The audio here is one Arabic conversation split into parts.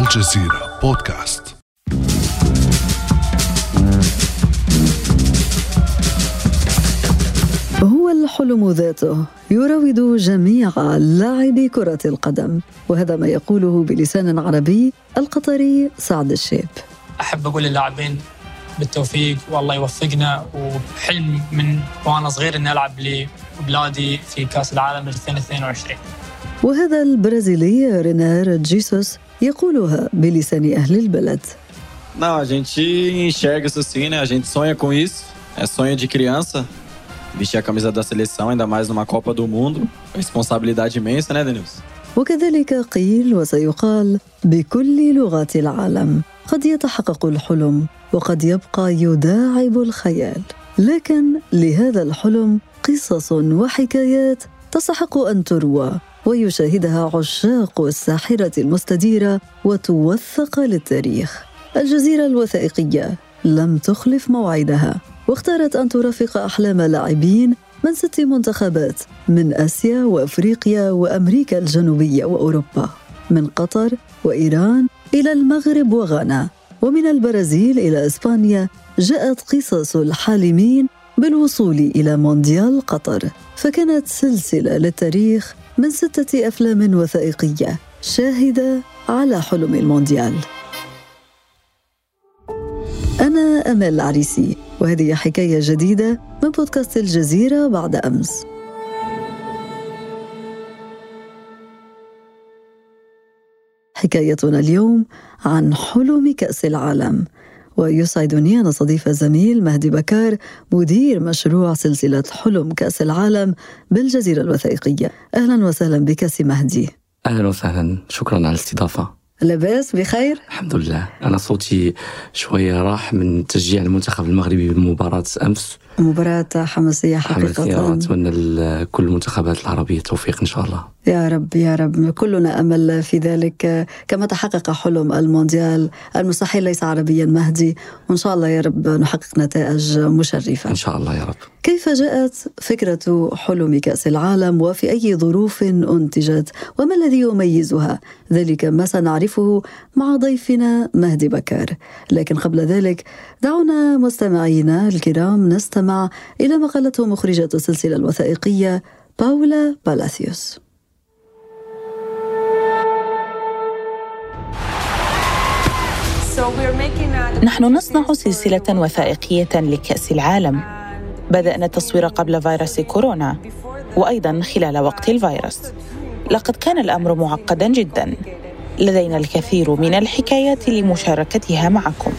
الجزيرة بودكاست. هو الحلم ذاته يراود جميع لاعبي كرة القدم، وهذا ما يقوله بلسان عربي القطري سعد الشيب. أحب أقول للاعبين بالتوفيق والله يوفقنا، وحلم من وأنا صغير إني ألعب لبلادي في كأس العالم 2022. وهذا البرازيلي رينار جيسوس يقولها بلسان أهل البلد. Não, a gente enxerga isso assim, né? A gente sonha com isso. É sonho de criança. Vestir a camisa da seleção, ainda mais numa Copa do Mundo. Responsabilidade imensa, né, Denilson? وكذلك قيل وسيقال بكل لغات العالم. قد يتحقق الحلم وقد يبقى يداعب الخيال، لكن لهذا الحلم قصص وحكايات تستحق أن تروى ويشاهدها عشاق الساحرة المستديرة وتوثق للتاريخ. الجزيرة الوثائقية لم تخلف موعدها، واختارت أن ترافق أحلام لاعبين من 6 منتخبات من آسيا وأفريقيا وأمريكا الجنوبية وأوروبا، من قطر وإيران إلى المغرب وغانا، ومن البرازيل إلى إسبانيا. جاءت قصص الحالمين بالوصول إلى مونديال قطر، فكانت سلسلة للتاريخ من 6 أفلام وثائقية شاهدة على حلم المونديال. أنا أمال العريسي، وهذه حكاية جديدة من بودكاست الجزيرة بعد أمس. حكايتنا اليوم عن حلم كأس العالم، ويسعدني أن أستضيف زميل مهدي بكار مدير مشروع سلسلة حلم كأس العالم بالجزيرة الوثائقية. أهلا وسهلا بك سي مهدي. أهلا وسهلا، شكرا على الاستضافة. لاباس بخير؟ الحمد لله. أنا صوتي شوية راح من تشجيع المنتخب المغربي بالمباراة أمس، مباراة حماسية حقيقة. أتمنى لكل المنتخبات العربية التوفيق إن شاء الله. يا رب يا رب، كلنا أمل في ذلك. كما تحقق حلم المونديال المستحيل ليس عربيا مهدي، وإن شاء الله يا رب نحقق نتائج مشرفة إن شاء الله يا رب. كيف جاءت فكرة حلم كأس العالم وفي أي ظروف أنتجت وما الذي يميزها؟ ذلك ما سنعرفه مع ضيفنا مهدي بكار، لكن قبل ذلك دعونا مستمعينا الكرام نستمع إلى ما قالته مخرجة السلسلة الوثائقية باولا بالاثيوس. نحن نصنع سلسلة وثائقية لكأس العالم. بدأنا التصوير قبل فيروس كورونا وأيضاً خلال وقت الفيروس. لقد كان الأمر معقداً جداً. لدينا الكثير من الحكايات لمشاركتها معكم.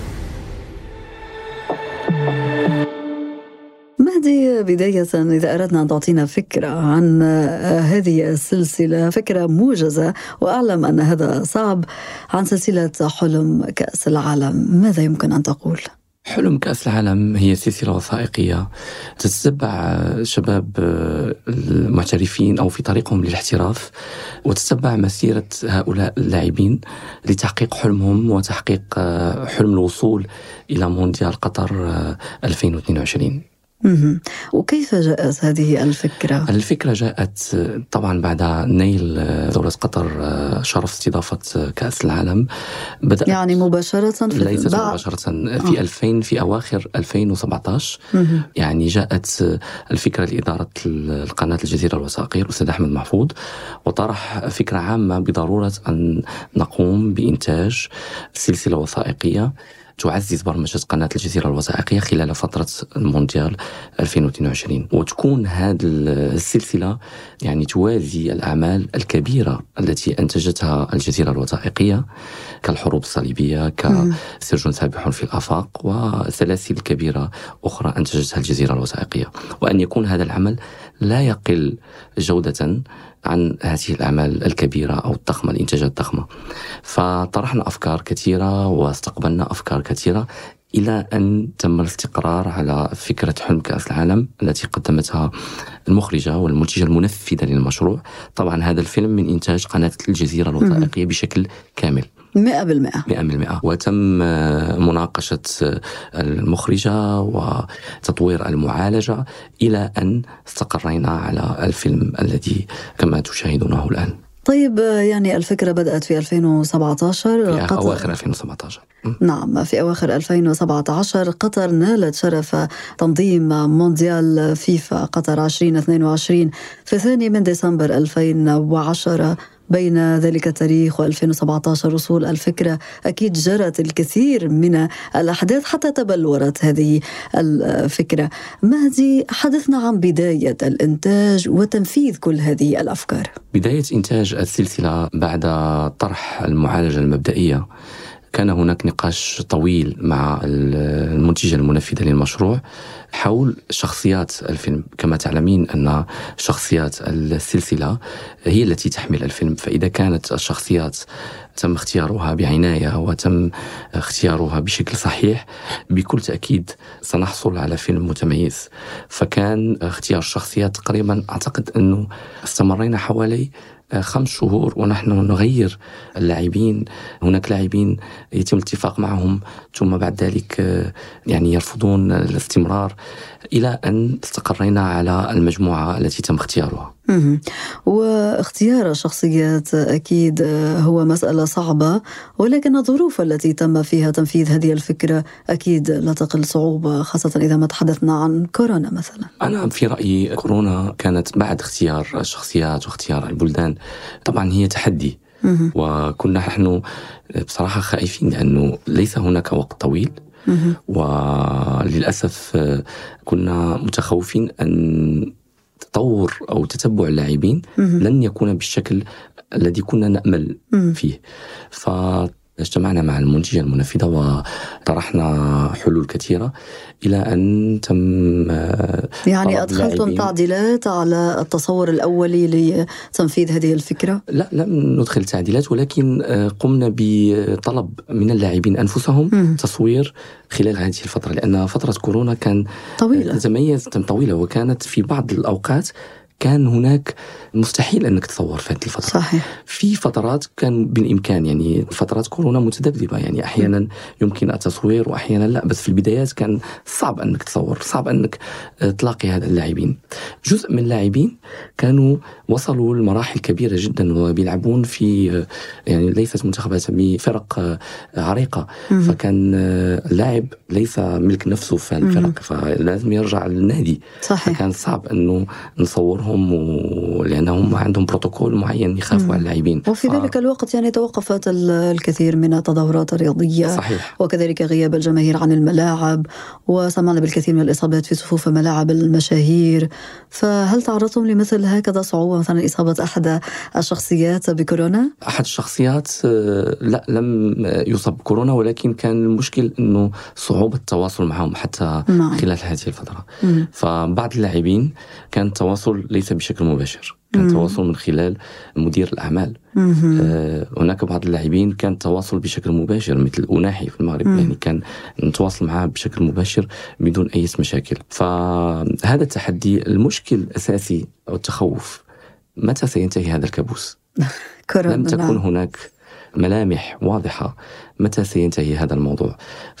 مهدي، بداية إذا أردنا أن تعطينا فكرة عن هذه السلسلة، فكرة موجزة وأعلم أن هذا صعب، عن سلسلة حلم كأس العالم، ماذا يمكن أن تقول؟ حلم كأس العالم هي سلسلة وثائقية تتتبع شباب المحترفين أو في طريقهم للاحتراف، وتتبع مسيرة هؤلاء اللاعبين لتحقيق حلمهم وتحقيق حلم الوصول إلى مونديال قطر 2022. وكيف جاءت هذه الفكرة؟ الفكرة جاءت طبعا بعد نيل دولة قطر شرف استضافة كأس العالم. يعني مباشرة؟ ليست مباشرة، في أواخر 2017. يعني جاءت الفكرة لإدارة القناة الجزيرة الوثائقية الأستاذ أحمد محفوظ، وطرح فكرة عامة بضرورة أن نقوم بإنتاج سلسلة وثائقية تعزز برمجة قناة الجزيرة الوثائقية خلال فترة المونديال 2022، وتكون هذه السلسلة يعني توازي الأعمال الكبيرة التي أنتجتها الجزيرة الوثائقية كالحروب الصليبية، كسجن سابح في الآفاق، وسلاسل كبيرة أخرى أنتجتها الجزيرة الوثائقية، وأن يكون هذا العمل لا يقل جودة عن هذه الأعمال الكبيرة أو الضخمة، الإنتاجات الضخمة. فطرحنا أفكار كثيرة واستقبلنا أفكار كثيرة إلى أن تم الاستقرار على فكرة حلم كأس العالم التي قدمتها المخرجة والمنتجة المنفذة للمشروع. طبعا هذا الفيلم من إنتاج قناة الجزيرة الوثائقية بشكل كامل 100%. وتم مناقشة المخرجة وتطوير المعالجة إلى أن استقرينا على الفيلم الذي كما تشاهدونه الآن. طيب يعني الفكرة بدأت في 2017 في أواخر 2017. نعم، في أواخر 2017 قطر نالت شرف تنظيم مونديال فيفا قطر 2022 في 2 من ديسمبر 2010. بين ذلك التاريخ و2017 وصول الفكرة أكيد جرت الكثير من الأحداث حتى تبلورت هذه الفكرة. مهدي، حدثنا عن بداية الإنتاج وتنفيذ كل هذه الأفكار. بداية إنتاج السلسلة بعد طرح المعالجة المبدئية كان هناك نقاش طويل مع المنتجة المنفذة للمشروع حول شخصيات الفيلم. كما تعلمين أن شخصيات السلسلة هي التي تحمل الفيلم، فإذا كانت الشخصيات تم اختيارها بعناية وتم اختيارها بشكل صحيح بكل تأكيد سنحصل على فيلم متميز. فكان اختيار الشخصيات تقريبا أعتقد أنه استمرينا حوالي 5 شهور ونحن نغير اللاعبين. هناك لاعبين يتم الاتفاق معهم ثم بعد ذلك يعني يرفضون الاستمرار إلى أن استقرينا على المجموعة التي تم اختيارها. واختيار الشخصيات أكيد هو مسألة صعبة، ولكن الظروف التي تم فيها تنفيذ هذه الفكرة أكيد لا تقل صعوبة، خاصة إذا ما تحدثنا عن كورونا مثلا. أنا في رأيي كورونا كانت بعد اختيار الشخصيات واختيار البلدان طبعا هي تحدي، وكنا نحن بصراحة خائفين لأنه ليس هناك وقت طويل، وللأسف كنا متخوفين أن تطور أو تتبع اللاعبين لن يكون بالشكل الذي كنا نأمل فيه. فاجتمعنا مع المنتجة المنفذة وطرحنا حلول كثيرة إلى أن تم يعني أدخلتم تعديلات على التصور الأولي لتنفيذ هذه الفكرة؟ لا، لم ندخل تعديلات، ولكن قمنا بطلب من اللاعبين أنفسهم تصوير خلال هذه الفترة، لأن فترة كورونا كان تتميز طويلة، وكانت في بعض الأوقات كان هناك مستحيل أنك تصور في هذه الفترة. صحيح. في فترات كان بالإمكان، يعني فترات كورونا متذبذبة، يعني أحيانا يمكن التصوير وأحيانا لا، بس في البدايات كان صعب أنك تصور، صعب أنك تلاقي هذا اللاعبين. جزء من اللاعبين كانوا وصلوا لمراحل كبيرة جدا وبيلعبون في يعني ليست منتخبات بفرق عريقة، فكان اللاعب ليس ملك نفسه في الفرق، فلازم يرجع للنادي. صحيح. فكان صعب أنه نصورهم لأنهم عندهم بروتوكول معين يخافوا على اللاعبين. وفي ذلك الوقت يعني توقفت الكثير من التظاهرات الرياضية. صحيح. وكذلك غياب الجماهير عن الملاعب، وسمعنا بالكثير من الإصابات في صفوف ملاعب المشاهير. فهل تعرضتم لمثل هكذا صعوبة، مثلا إصابة أحد الشخصيات بكورونا؟ أحد الشخصيات لا، لم يصاب بكورونا، ولكن كان المشكل أنه صعوبة التواصل معهم حتى خلال هذه الفترة. فبعض اللاعبين كان التواصل ليس بشكل مباشر، كان التواصل من خلال مدير الأعمال. هناك بعض اللاعبين كان التواصل بشكل مباشر مثل أناحي في المغرب، يعني كان نتواصل معه بشكل مباشر بدون أي مشاكل. فهذا التحدي، المشكل الأساسي أو التخوف متى سينتهي هذا الكابوس؟ لم تكن هناك ملامح واضحة متى سينتهي هذا الموضوع.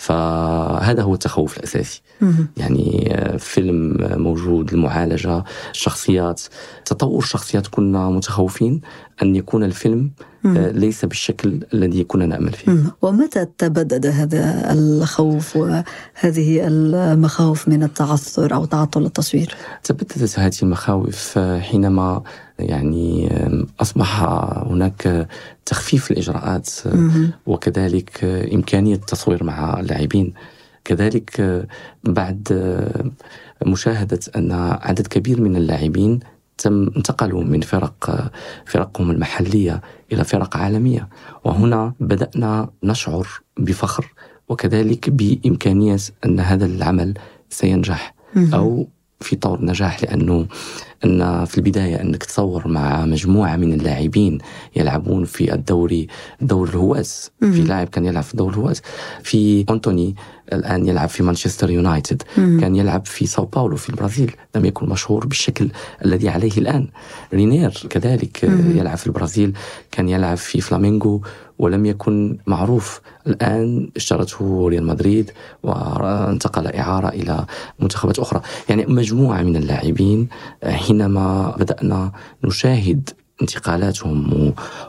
فهذا هو التخوف الأساسي. يعني فيلم موجود، المعالجة، الشخصيات، تطور الشخصيات، كنا متخوفين أن يكون الفيلم ليس بالشكل الذي كنا نأمل فيه. ومتى تبدد هذا الخوف وهذه المخاوف من التعثر أو تعطل التصوير؟ تبددت هذه المخاوف حينما يعني أصبح هناك تخفيف الإجراءات، وكذلك إمكانية التصوير مع اللاعبين. كذلك بعد مشاهدة أن عدد كبير من اللاعبين انتقلوا من فرقهم المحلية إلى فرق عالمية، وهنا بدأنا نشعر بفخر وكذلك بإمكانية أن هذا العمل سينجح أو في طور نجاح، لأنه أن في البداية أنك تصور مع مجموعة من اللاعبين يلعبون في الدوري الهواة. في لاعب كان يلعب في الدوري الهواة، في أنتوني الآن يلعب في مانشستر يونايتد، كان يلعب في ساو باولو في البرازيل، لم يكن مشهور بالشكل الذي عليه الآن. رينير كذلك يلعب في البرازيل، كان يلعب في فلامينغو ولم يكن معروف، الآن اشترته ريال مدريد وانتقل إعارة إلى منتخبات أخرى. يعني مجموعة من اللاعبين حينما بدأنا نشاهد انتقالاتهم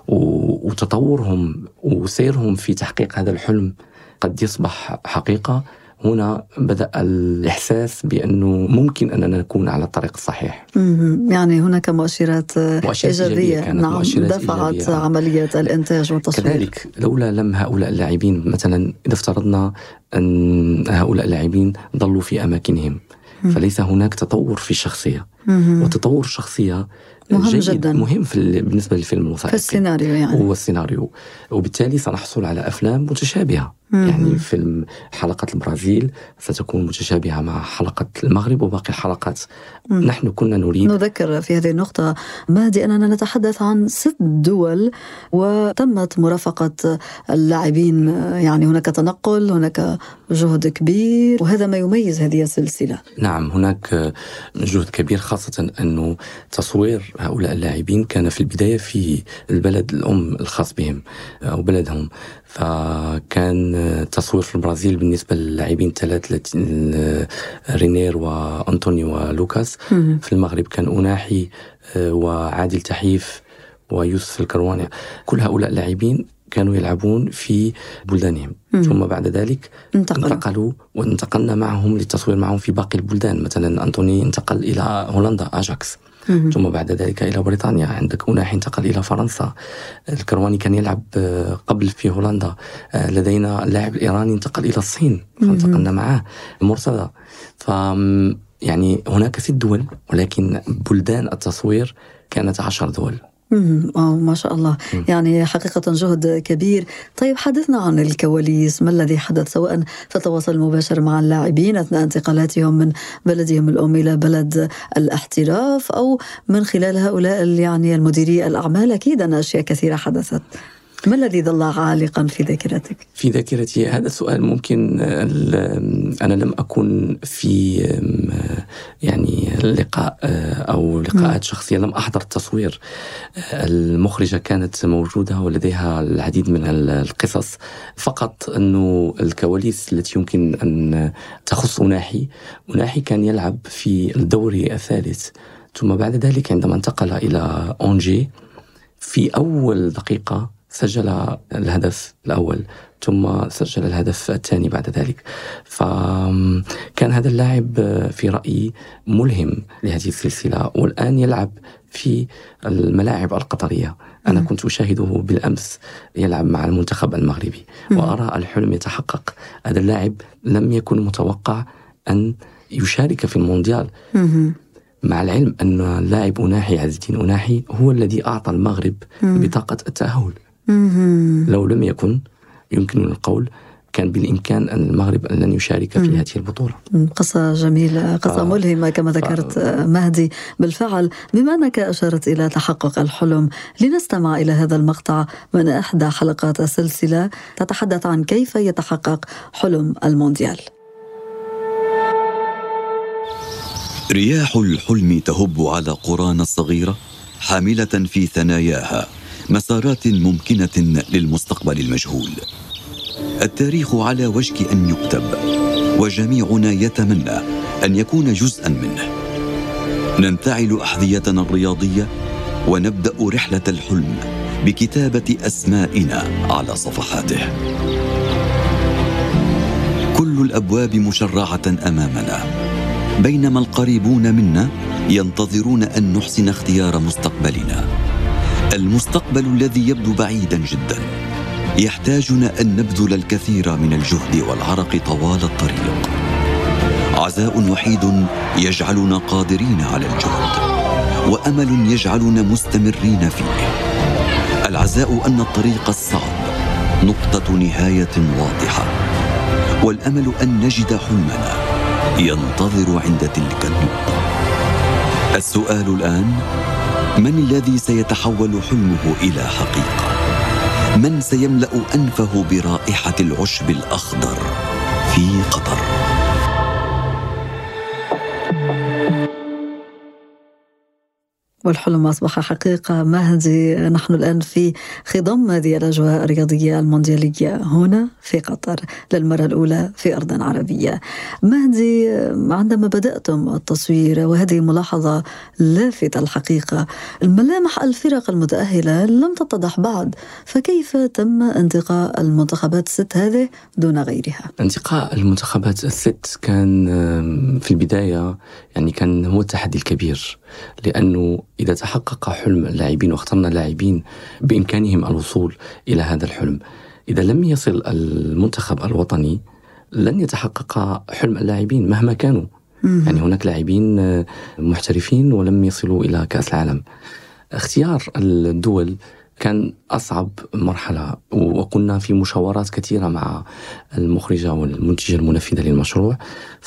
وتطورهم وسيرهم في تحقيق هذا الحلم قد يصبح حقيقة، هنا بدأ الإحساس بأنه ممكن أننا نكون على الطريق الصحيح. يعني هناك مؤشرات إيجابية نعم دفعت إيجابية. عملية الإنتاج والتصوير. كذلك لولا لم هؤلاء اللاعبين، مثلا إذا افترضنا أن هؤلاء اللاعبين ظلوا في أماكنهم فليس هناك تطور في الشخصية، وتطور الشخصية مهم جيد جدا، مهم بالنسبة للفيلم الوثائقي، في السيناريو يعني. هو السيناريو، وبالتالي سنحصل على أفلام متشابهة. يعني فيلم حلقة البرازيل ستكون متشابهة مع حلقة المغرب وباقي الحلقات. نحن كنا نريد نذكر في هذه النقطة مهدي أننا نتحدث عن 6 دول وتمت مرافقة اللاعبين، يعني هناك تنقل، هناك جهد كبير، وهذا ما يميز هذه السلسلة. نعم هناك جهد كبير، خاصة أنه تصوير هؤلاء اللاعبين كان في البداية في البلد الأم الخاص بهم أو بلدهم، فكان تصوير في البرازيل بالنسبة للاعبين 3 رينير وأنطوني ولوكاس. في المغرب كان أناحي وعادل تحيف ويوسف الكرواني، كل هؤلاء اللاعبين كانوا يلعبون في بلدانهم. ثم بعد ذلك انتقلوا وانتقلنا معهم للتصوير معهم في باقي البلدان. مثلا أنطوني انتقل إلى هولندا أجاكس، ثم بعد ذلك إلى بريطانيا، عندك أناحي انتقل إلى فرنسا، الكرواني كان يلعب قبل في هولندا، لدينا اللاعب الإيراني انتقل إلى الصين فانتقلنا معه، مرتضى. يعني هناك 6 دول، ولكن بلدان التصوير كانت 10 دول. ما شاء الله. يعني حقيقة جهد كبير. طيب حدثنا عن الكواليس، ما الذي حدث سواء في التواصل المباشر مع اللاعبين أثناء انتقالاتهم من بلدهم الأم إلى بلد الاحتراف، أو من خلال هؤلاء يعني المديري الأعمال؟ أكيد أن أشياء كثيرة حدثت. ما الذي ظل عالقا في ذاكرتك؟ في ذاكرتي هذا السؤال ممكن أنا لم أكن في يعني لقاء أو لقاءات شخصية، لم أحضر التصوير. المخرجة كانت موجودة ولديها العديد من القصص، فقط أنه الكواليس التي يمكن أن تخص أناحي كان يلعب في الدوري الثالث، ثم بعد ذلك عندما انتقل إلى أونجي في أول دقيقة سجل الهدف الأول، ثم سجل الهدف الثاني بعد ذلك. فكان هذا اللاعب في رأيي ملهم لهذه السلسلة، والآن يلعب في الملاعب القطرية. أنا كنت أشاهده بالأمس يلعب مع المنتخب المغربي، وأرى الحلم يتحقق. هذا اللاعب لم يكن متوقع أن يشارك في المونديال، مع العلم أن اللاعب أناحي عز الدين أناحي هو الذي أعطى المغرب بطاقة التأهل. لو لم يكن يمكن القول كان بالإمكان أن المغرب لن يشارك في هذه البطولة. قصة جميلة، قصة ملهمة كما ذكرت مهدي. بالفعل بما أنك أشرت إلى تحقق الحلم، لنستمع إلى هذا المقطع من إحدى حلقات السلسلة تتحدث عن كيف يتحقق حلم المونديال. رياح الحلم تهب على قرانا الصغيرة، حاملة في ثناياها مسارات ممكنة للمستقبل المجهول. التاريخ على وشك أن يكتب، وجميعنا يتمنى أن يكون جزءا منه. ننتعل أحذيتنا الرياضية ونبدأ رحلة الحلم بكتابة أسمائنا على صفحاته. كل الأبواب مشرعة أمامنا، بينما القريبون منا ينتظرون أن نحسن اختيار مستقبلنا. المستقبل الذي يبدو بعيدا جدا يحتاجنا أن نبذل الكثير من الجهد والعرق طوال الطريق. عزاء وحيد يجعلنا قادرين على الجهد، وأمل يجعلنا مستمرين فيه. العزاء أن الطريق الصعب نقطة نهاية واضحة، والأمل أن نجد حلمنا ينتظر عند تلك النقطة. السؤال الآن: من الذي سيتحول حلمه إلى حقيقة؟ من سيملأ أنفه برائحة العشب الأخضر في قطر؟ والحلم أصبح حقيقة. مهدي، نحن الآن في خضم هذه الأجواء الرياضية المونديالية هنا في قطر للمرة الأولى في أرض عربية. مهدي، عندما بدأتم التصوير، وهذه ملاحظة لافتة الحقيقة، الملامح الفرق المتأهلة لم تتضح بعد، فكيف تم انتقاء المنتخبات الست هذه دون غيرها؟ انتقاء المنتخبات الست كان في البداية يعني كان هو التحدي الكبير، لأنه إذا تحقق حلم اللاعبين واخترنا اللاعبين بإمكانهم الوصول إلى هذا الحلم، إذا لم يصل المنتخب الوطني لن يتحقق حلم اللاعبين مهما كانوا. يعني هناك لاعبين محترفين ولم يصلوا إلى كأس العالم. اختيار الدول كان أصعب مرحلة، وكنا في مشاورات كثيرة مع المخرجة والمنتجة المنفذة للمشروع،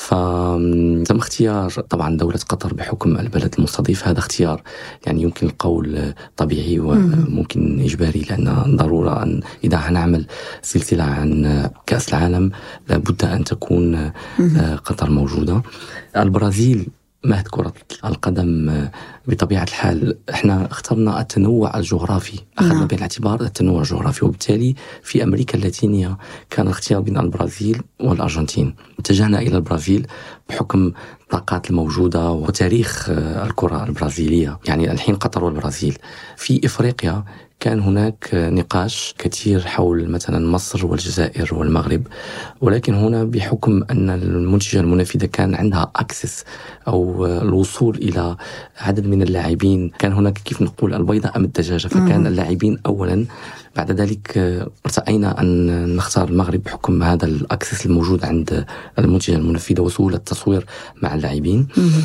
فتم اختيار طبعا دولة قطر بحكم البلد المستضيف. هذا اختيار يعني يمكن القول طبيعي وممكن إجباري، لأن ضرورة أن إذا هنعمل سلسلة عن كأس العالم لابد أن تكون قطر موجودة. البرازيل مهد كرة القدم بطبيعة الحال احنا اخترنا التنوع الجغرافي، أخذنا بعين الاعتبار التنوع الجغرافي، وبالتالي في أمريكا اللاتينية كان الاختيار بين البرازيل والأرجنتين. اتجهنا إلى البرازيل بحكم الطاقات الموجودة وتاريخ الكرة البرازيلية، يعني الحين قطر والبرازيل. في إفريقيا كان هناك نقاش كثير حول مثلا مصر والجزائر والمغرب، ولكن هنا بحكم أن المنتجة المنفذة كان عندها أكسس أو الوصول إلى عدد من اللاعبين، كان هناك كيف نقول البيضة أم الدجاجة، فكان اللاعبين أولا، بعد ذلك ارتأينا أن نختار المغرب بحكم هذا الأكسس الموجود عند المنتجة المنفذة وسهولة التصوير مع اللاعبين.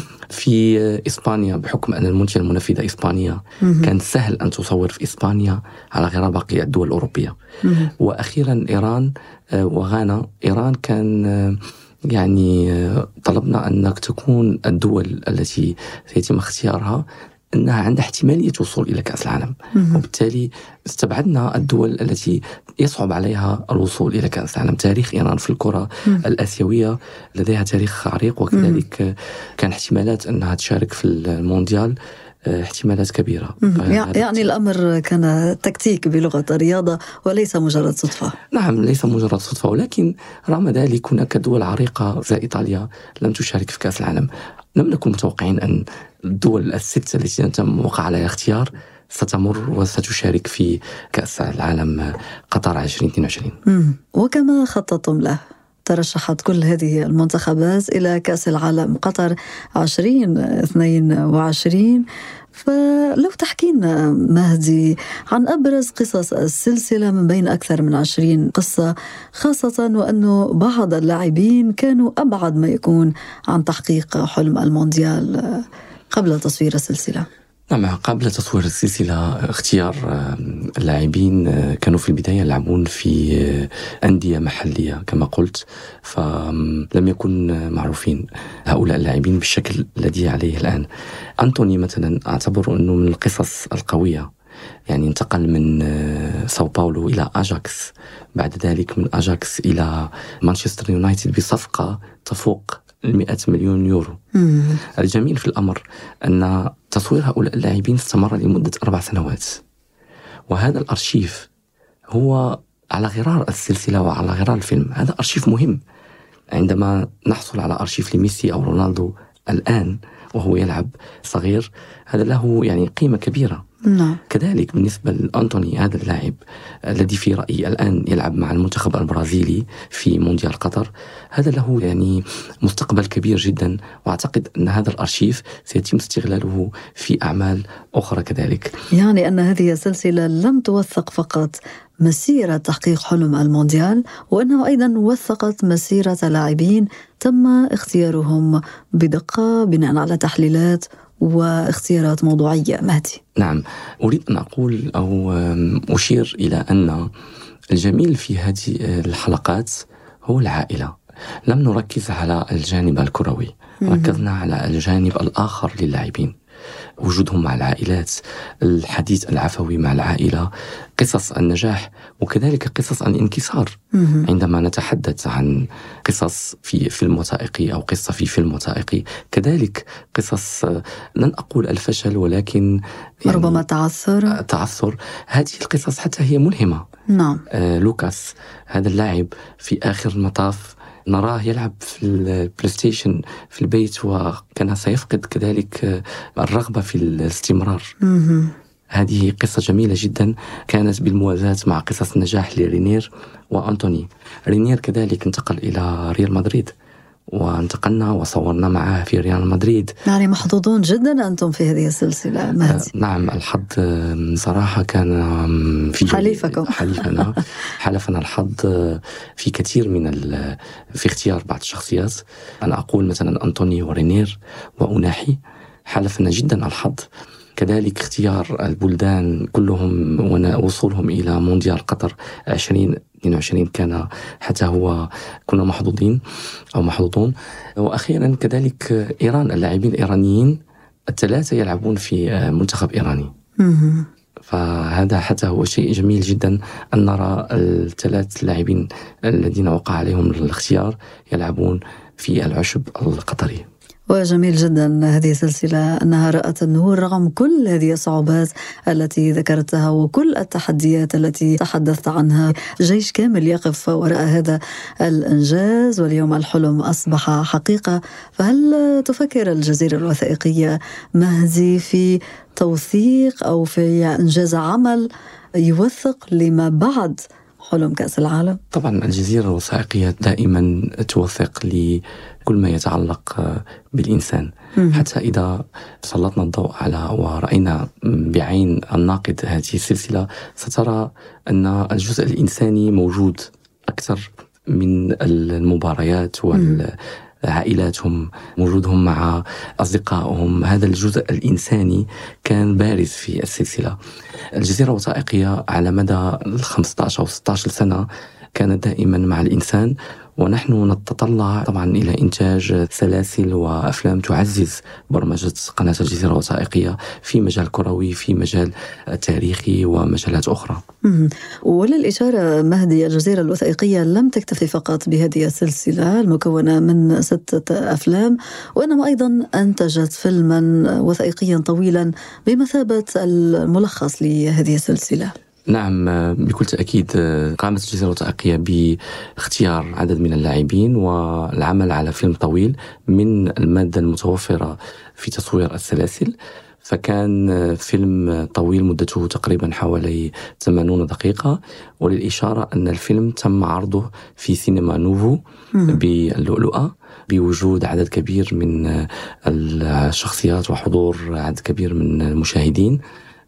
في إسبانيا بحكم أن المنتجة المنفذة إسبانيا كان سهل أن تصور في إسبانيا على غير باقي الدول الأوروبية. وأخيرا إيران وغانا. إيران كان يعني طلبنا أنك تكون الدول التي سيتم اختيارها أنها عندها احتمالية وصول إلى كأس العالم، وبالتالي استبعدنا الدول التي يصعب عليها الوصول إلى كأس العالم. تاريخ إيران في الكرة الآسيوية لديها تاريخ عريق، وكذلك كان احتمالات أنها تشارك في المونديال احتمالات كبيرة. يعني الأمر كان تكتيك بلغة الرياضة وليس مجرد صدفة. نعم، ليس مجرد صدفة، ولكن رغم ذلك هناك دول عريقة زي إيطاليا لم تشارك في كأس العالم. لم نكن متوقعين أن الدول الست التي تم وقع عليها اختيار ستمر وستشارك في كأس العالم قطر 2022. وكما خططتم له، ترشحت كل هذه المنتخبات إلى كأس العالم قطر 2022. فلو تحكينا مهدي عن أبرز قصص السلسلة من بين أكثر من 20 قصة، خاصة وأنه بعض اللاعبين كانوا أبعد ما يكون عن تحقيق حلم المونديال قبل تصوير السلسلة. نعم، قبل تصوير السلسلة اختيار اللاعبين كانوا في البداية يلعبون في أندية محلية كما قلت، فلم يكن معروفين هؤلاء اللاعبين بالشكل الذي عليه الآن. أنتوني مثلا أعتبر أنه من القصص القوية، يعني انتقل من ساو باولو إلى أجاكس، بعد ذلك من أجاكس إلى مانشستر يونايتد بصفقة تفوق 100 مليون يورو. الجميل في الأمر أن تصوير هؤلاء اللاعبين استمر لمدة 4 سنوات، وهذا الأرشيف هو على غرار السلسلة وعلى غرار الفيلم. هذا أرشيف مهم. عندما نحصل على أرشيف لميسي أو رونالدو الآن وهو يلعب صغير، هذا له يعني قيمة كبيرة. كذلك بالنسبة لأنتوني، هذا اللاعب الذي في رأيي الآن يلعب مع المنتخب البرازيلي في مونديال قطر، هذا له يعني مستقبل كبير جدا، وأعتقد أن هذا الأرشيف سيتم استغلاله في أعمال أخرى كذلك. يعني أن هذه السلسلة لم توثق فقط مسيرة تحقيق حلم المونديال، وأنه أيضا وثقت مسيرة لاعبين تم اختيارهم بدقة بناء على تحليلات واختيارات موضوعية. مهدي، نعم، أريد أن أقول أو أشير إلى أن الجميل في هذه الحلقات هو العائلة. لم نركز على الجانب الكروي، ركزنا على الجانب الآخر للاعبين. وجودهم مع العائلات، الحديث العفوي مع العائلة، قصص النجاح وكذلك قصص الانكسار. عندما نتحدث عن قصص في فيلم وثائقي أو قصة في فيلم وثائقي، كذلك قصص لن أقول الفشل ولكن يعني ربما تعثر. هذه القصص حتى هي ملهمة. نعم. لوكاس هذا اللاعب في آخر المطاف نراه يلعب في البلاي ستيشن في البيت، وكان سيفقد كذلك الرغبة في الاستمرار. هذه قصة جميلة جدا كانت بالموازاة مع قصص النجاح لرينير وأنتوني. رينير كذلك انتقل إلى ريال مدريد، وانتقلنا وصورنا معه في ريال مدريد. يعني محظوظون جدا أنتم في هذه السلسلة مهدي. نعم، الحظ صراحة كان في حلفنا الحظ في كثير من في اختيار بعض الشخصيات. أنا أقول مثلا أنتوني ورينير وأناحي حلفنا جدا الحظ. كذلك اختيار البلدان كلهم ووصولهم إلى مونديال قطر 2022 كان حتى هو كنا محظوظون. وأخيرا كذلك إيران، اللاعبين الإيرانيين الثلاثة يلعبون في منتخب إيراني. فهذا حتى هو شيء جميل جدا أن نرى الثلاث لاعبين الذين وقع عليهم الاختيار يلعبون في العشب القطري. وجميل جدا هذه السلسلة أنها رأت النور رغم كل هذه الصعوبات التي ذكرتها وكل التحديات التي تحدثت عنها. جيش كامل يقف وراء هذا الإنجاز، واليوم الحلم أصبح حقيقة. فهل تفكر الجزيرة الوثائقية مهدي في توثيق أو في إنجاز عمل يوثق لما بعد حلم كأس العالم؟ طبعا الجزيرة الوثائقية دائما توثق لكل ما يتعلق بالإنسان. حتى إذا سلطنا الضوء على ورأينا بعين الناقد هذه السلسلة سترى أن الجزء الإنساني موجود أكثر من المباريات عائلاتهم، وجودهم مع أصدقائهم. هذا الجزء الإنساني كان بارز في السلسلة. الجزيرة الوثائقية على مدى 15 أو 16 سنة كانت دائما مع الإنسان، ونحن نتطلع طبعا إلى إنتاج سلاسل وأفلام تعزز برمجة قناة الجزيرة الوثائقية في مجال كروي، في مجال تاريخي ومجالات أخرى. وللإشارة مهدي، الجزيرة الوثائقية لم تكتفي فقط بهذه السلسلة المكونة من 6 أفلام، وإنما أيضا أنتجت فيلما وثائقيا طويلا بمثابة الملخص لهذه السلسلة. نعم، بكل تأكيد قامت الجزيرة الوثائقية باختيار عدد من اللاعبين والعمل على فيلم طويل من المادة المتوفرة في تصوير السلاسل. فكان فيلم طويل مدته تقريبا حوالي 80 دقيقة. وللإشارة أن الفيلم تم عرضه في سينما نوفو باللؤلؤة بوجود عدد كبير من الشخصيات وحضور عدد كبير من المشاهدين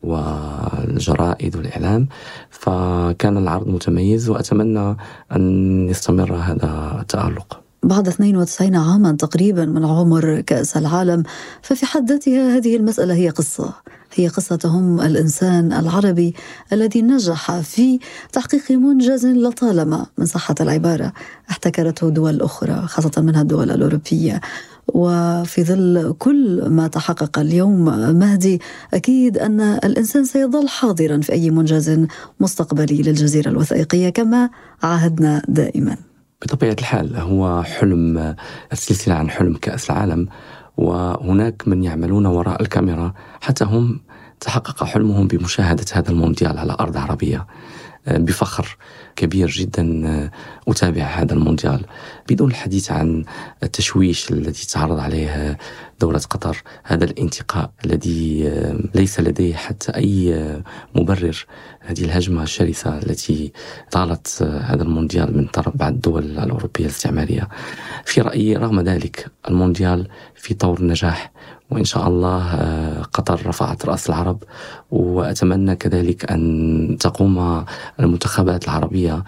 والجرائد والإعلام. فكان العرض متميز، وأتمنى أن يستمر هذا التألق. بعد 92 عاما تقريبا من عمر كأس العالم، ففي حد ذاتها هذه المسألة هي قصة تهم الإنسان العربي الذي نجح في تحقيق منجز لطالما من صحة العبارة احتكرته دول أخرى، خاصة منها الدول الأوروبية. وفي ظل كل ما تحقق اليوم مهدي، أكيد أن الإنسان سيظل حاضرا في أي منجز مستقبلي للجزيرة الوثائقية كما عاهدنا دائما. بطبيعة الحال هو حلم السلسلة عن حلم كأس العالم، وهناك من يعملون وراء الكاميرا حتى هم تحقق حلمهم بمشاهدة هذا المونديال على أرض عربية. بفخر كبير جدا أتابع هذا المونديال بدون الحديث عن التشويش الذي تعرض عليه دولة قطر، هذا الانتقاء الذي ليس لديه حتى أي مبرر، هذه الهجمة الشرسة التي طالت هذا المونديال من طرف بعض الدول الأوروبية الاستعمارية. في رأيي رغم ذلك المونديال في طور النجاح، وإن شاء الله قطر رفعت رأس العرب، وأتمنى كذلك أن تقوم المنتخبات العربية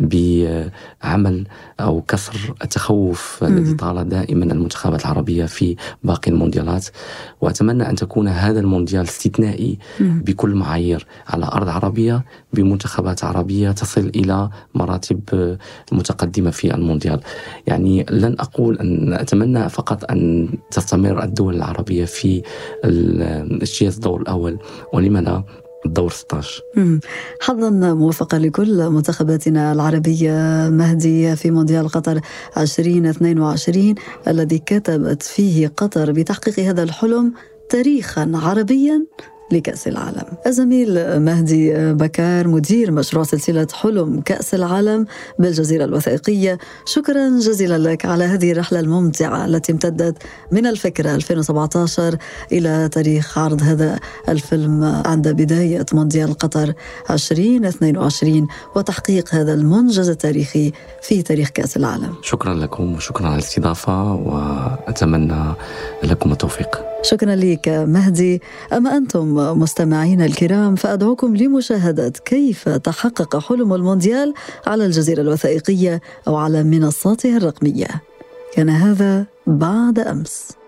بعمل أو كسر التخوف الذي طال دائما المنتخبات العربية في باقي المونديالات. وأتمنى أن تكون هذا المونديال استثنائي بكل معايير على أرض عربية بمنتخبات عربية تصل إلى مراتب متقدمة في المونديال. يعني لن أقول أن أتمنى فقط أن تستمر الدول العربية العربية في اجتياز الدور الأول، ولما لا الدور 16. حظا موفقا لكل منتخباتنا العربية مهدي في مونديال قطر 2022 الذي كتبت فيه قطر بتحقيق هذا الحلم تاريخا عربيا لكأس العالم. الزميل مهدي بكار مدير مشروع سلسلة حلم كأس العالم بالجزيرة الوثائقية، شكرا جزيلا لك على هذه الرحلة الممتعة التي امتدت من الفكرة 2017 إلى تاريخ عرض هذا الفيلم عند بداية مونديال قطر 2022 وتحقيق هذا المنجز التاريخي في تاريخ كأس العالم. شكرا لكم وشكرا على الاستضافة، وأتمنى لكم التوفيق. شكرا لك مهدي. أما أنتم مستمعين الكرام فأدعوكم لمشاهدة كيف تحقق حلم المونديال على الجزيرة الوثائقية أو على منصاتها الرقمية. كان هذا بعد أمس.